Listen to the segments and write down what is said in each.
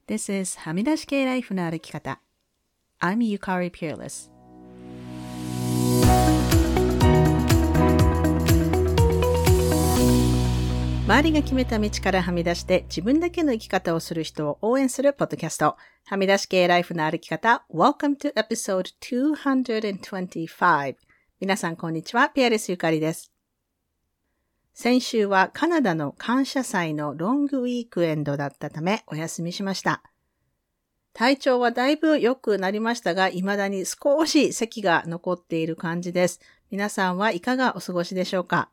This is はみ出し系ライフの歩き方。I'm Yukari Peerless。周りが決めた道からはみ出して自分だけの生き方をする人を応援するポッドキャスト。はみ出し系ライフの歩き方。Welcome to episode 225。皆さんこんにちは。ピアレスゆかりです。先週はカナダの感謝祭のロングウィークエンドだったためお休みしました。体調はだいぶ良くなりましたが、未だに少し咳が残っている感じです。皆さんはいかがお過ごしでしょうか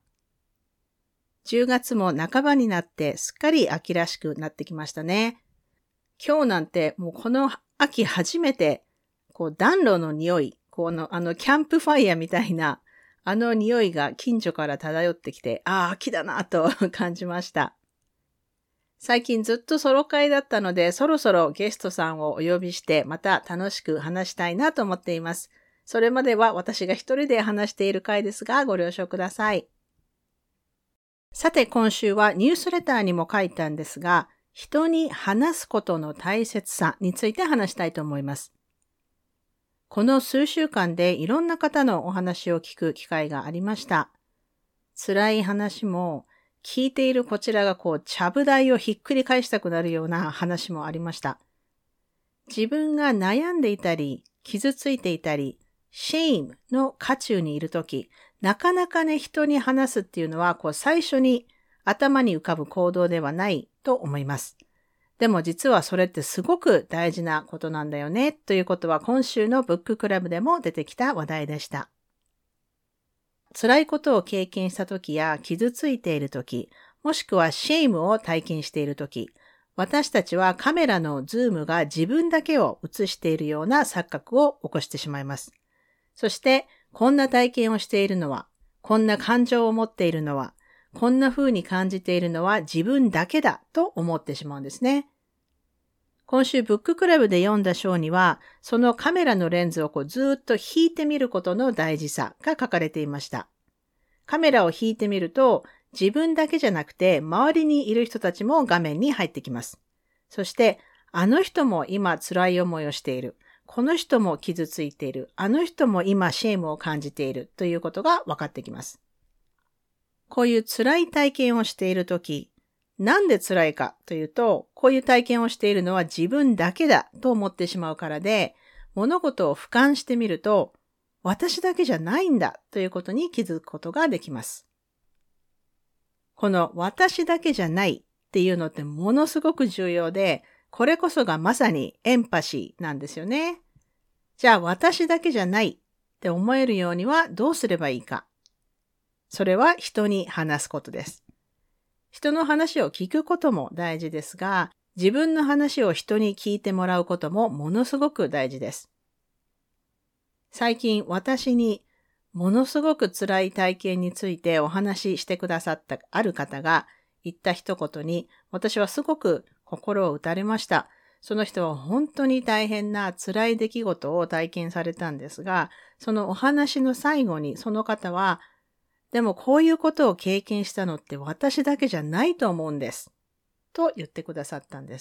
？10月も半ばになってすっかり秋らしくなってきましたね。今日なんてもうこの秋初めて暖炉の匂い、キャンプファイヤーみたいな匂いが近所から漂ってきて、秋だなと感じました。最近ずっとソロ会だったので、そろそろゲストさんをお呼びしてまた楽しく話したいなと思っています。それまでは私が一人で話している回ですが、ご了承ください。さて今週はニュースレターにも書いたんですが、人に話すことの大切さについて話したいと思います。この数週間でいろんな方のお話を聞く機会がありました。辛い話も聞いているこちらがちゃぶ台をひっくり返したくなるような話もありました。自分が悩んでいたり、傷ついていたり、shame の渦中にいるとき、なかなかね、人に話すっていうのは、最初に頭に浮かぶ行動ではないと思います。でも実はそれってすごく大事なことなんだよね、ということは今週のブッククラブでも出てきた話題でした。辛いことを経験したときや傷ついているとき、もしくはシェイムを体験しているとき、私たちはカメラのズームが自分だけを映しているような錯覚を起こしてしまいます。そして、こんな体験をしているのは、こんな感情を持っているのは、こんな風に感じているのは自分だけだと思ってしまうんですね。今週ブッククラブで読んだ章には、そのカメラのレンズをずっと引いてみることの大事さが書かれていました。カメラを引いてみると、自分だけじゃなくて周りにいる人たちも画面に入ってきます。そして、あの人も今辛い思いをしている。この人も傷ついている。あの人も今シェームを感じているということが分かってきます。こういう辛い体験をしているとき、なんで辛いかというと、こういう体験をしているのは自分だけだと思ってしまうからで、物事を俯瞰してみると、私だけじゃないんだということに気づくことができます。この私だけじゃないっていうのってものすごく重要で、これこそがまさにエンパシーなんですよね。じゃあ私だけじゃないって思えるようにはどうすればいいか。それは人に話すことです。人の話を聞くことも大事ですが、自分の話を人に聞いてもらうこともものすごく大事です。最近私にものすごく辛い体験についてお話ししてくださったある方が言った一言に私はすごく心を打たれました。その人は本当に大変な辛い出来事を体験されたんですが、そのお話の最後にその方は、でもこういうことを経験したのって私だけじゃないと思うんです。と言ってくださったんです。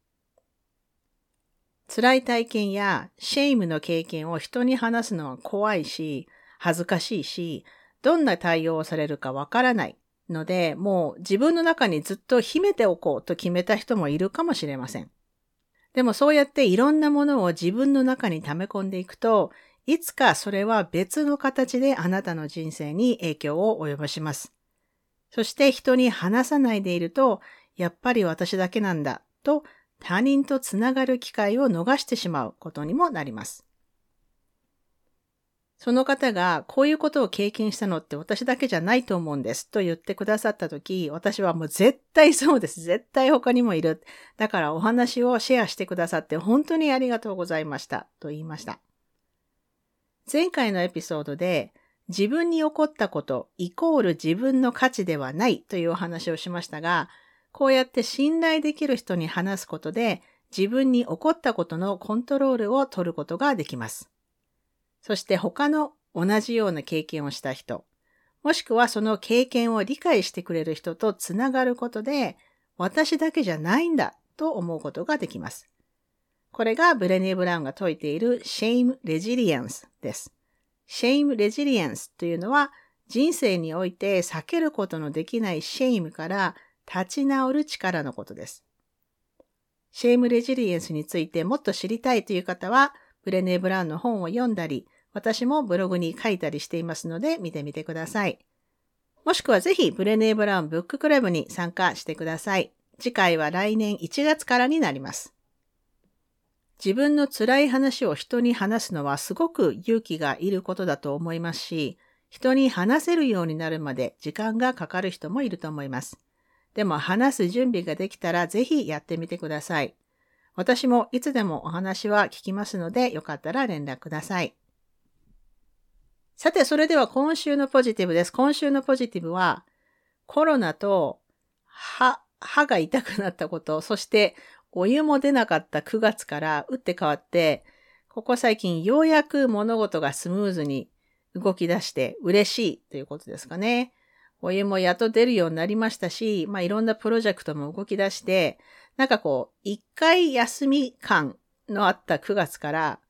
辛い体験やシェイムの経験を人に話すのは怖いし、恥ずかしいし、どんな対応をされるかわからないので、もう自分の中にずっと秘めておこうと決めた人もいるかもしれません。でもそうやっていろんなものを自分の中に溜め込んでいくと、いつかそれは別の形であなたの人生に影響を及ぼします。そして人に話さないでいると、やっぱり私だけなんだと他人とつながる機会を逃してしまうことにもなります。その方がこういうことを経験したのって私だけじゃないと思うんですと言ってくださったとき、私はもう絶対そうです。絶対他にもいる。だからお話をシェアしてくださって本当にありがとうございましたと言いました。前回のエピソードで自分に起こったことイコール自分の価値ではないというお話をしましたが、こうやって信頼できる人に話すことで自分に起こったことのコントロールを取ることができます。そして他の同じような経験をした人、もしくはその経験を理解してくれる人とつながることで、私だけじゃないんだと思うことができます。これがブレネー・ブラウンが説いている Shame Resilience です。Shame Resilience というのは人生において避けることのできない Shame から立ち直る力のことです。Shame Resilience についてもっと知りたいという方はブレネー・ブラウンの本を読んだり、私もブログに書いたりしていますので見てみてください。もしくはぜひブレネー・ブラウンブッククラブに参加してください。次回は来年1月からになります。自分の辛い話を人に話すのはすごく勇気がいることだと思いますし、人に話せるようになるまで時間がかかる人もいると思います。でも話す準備ができたらぜひやってみてください。私もいつでもお話は聞きますのでよかったら連絡ください。さて、それでは今週のポジティブです。今週のポジティブはコロナと歯が痛くなったこと、そしてお湯も出なかった9月から打って変わって、ここ最近ようやく物事がスムーズに動き出して嬉しいということですかね。お湯もやっと出るようになりましたし、いろんなプロジェクトも動き出して、一回休み感のあった9月から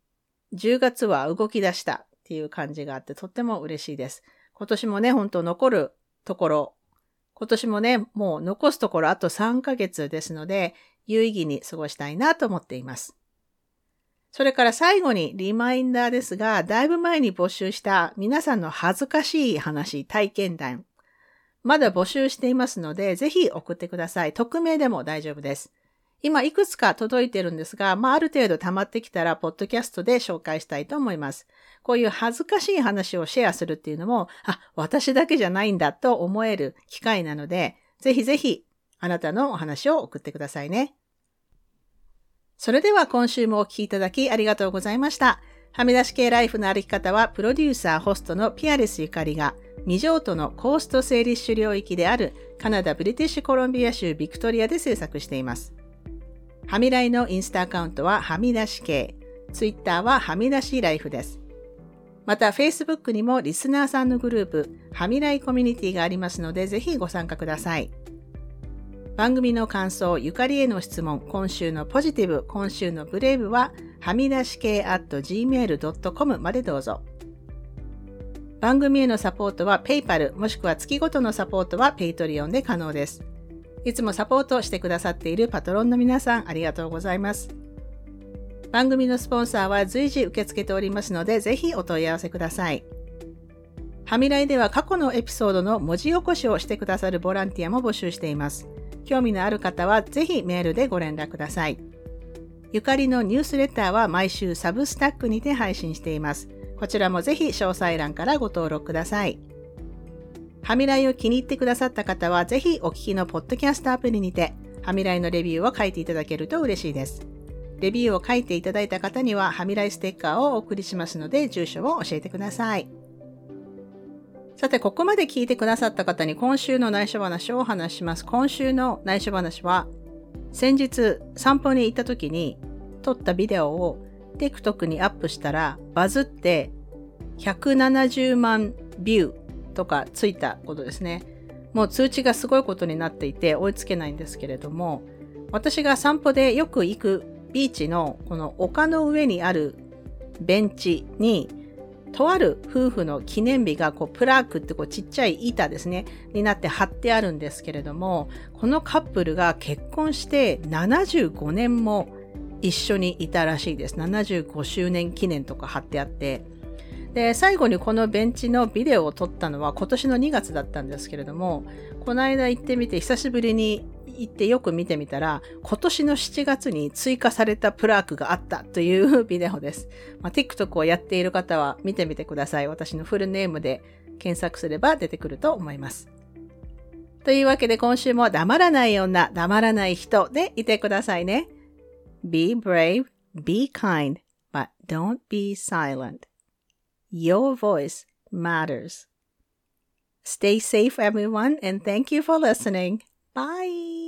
10月は動き出したっていう感じがあってとっても嬉しいです。今年もね、本当残るところ、今年もね、もう残すところあと3ヶ月ですので、有意義に過ごしたいなと思っています。それから最後にリマインダーですが、だいぶ前に募集した皆さんの恥ずかしい話、体験談、まだ募集していますので、ぜひ送ってください。匿名でも大丈夫です。今いくつか届いてるんですが、ある程度溜まってきたら、ポッドキャストで紹介したいと思います。こういう恥ずかしい話をシェアするっていうのも、私だけじゃないんだと思える機会なので、ぜひぜひあなたのお話を送ってくださいね。それでは今週もお聞きいただきありがとうございました。はみ出し系ライフの歩き方は、プロデューサー、ホストのピアレスゆかりが、未譲渡のコーストセーリッシュ領域であるカナダ・ブリティッシュコロンビア州ビクトリアで制作しています。はみらいのインスタアカウントははみ出し系、ツイッターははみ出しライフです。また Facebook にもリスナーさんのグループ、はみらいコミュニティがありますので、ぜひご参加ください。番組の感想、ゆかりへの質問、今週のポジティブ、今週のブレイブは、はみ出し系@gmail.com までどうぞ。番組へのサポートは PayPal もしくは月ごとのサポートは Patreon で可能です。いつもサポートしてくださっているパトロンの皆さんありがとうございます。番組のスポンサーは随時受け付けておりますので、ぜひお問い合わせください。はみらいでは過去のエピソードの文字起こしをしてくださるボランティアも募集しています。興味のある方はぜひメールでご連絡ください。ゆかりのニュースレターは毎週サブスタックにて配信しています。こちらもぜひ詳細欄からご登録ください。はみらいを気に入ってくださった方はぜひお聞きのポッドキャストアプリにてはみらいのレビューを書いていただけると嬉しいです。レビューを書いていただいた方にははみらいステッカーをお送りしますので、住所を教えてください。さて、ここまで聞いてくださった方に今週の内緒話をお話しします。今週の内緒話は、先日散歩に行った時に撮ったビデオを TikTok にアップしたらバズって170万ビューとかついたことですね。もう通知がすごいことになっていて追いつけないんですけれども、私が散歩でよく行くビーチのこの丘の上にあるベンチにとある夫婦の記念日がプラークってちっちゃい板ですねになって貼ってあるんですけれども、このカップルが結婚して75年も一緒にいたらしいです。75周年記念とか貼ってあって、で最後にこのベンチのビデオを撮ったのは今年の2月だったんですけれども、この間行ってみて久しぶりに行ってよく見てみたら、今年の7月に追加されたプラークがあったというビデオです。TikTok をやっている方は見てみてください。私のフルネームで検索すれば出てくると思います。というわけで今週も黙らない女、黙らない人でいてくださいね。Be brave, be kind, but don't be silent. Your voice matters. Stay safe, everyone, and thank you for listening. Bye!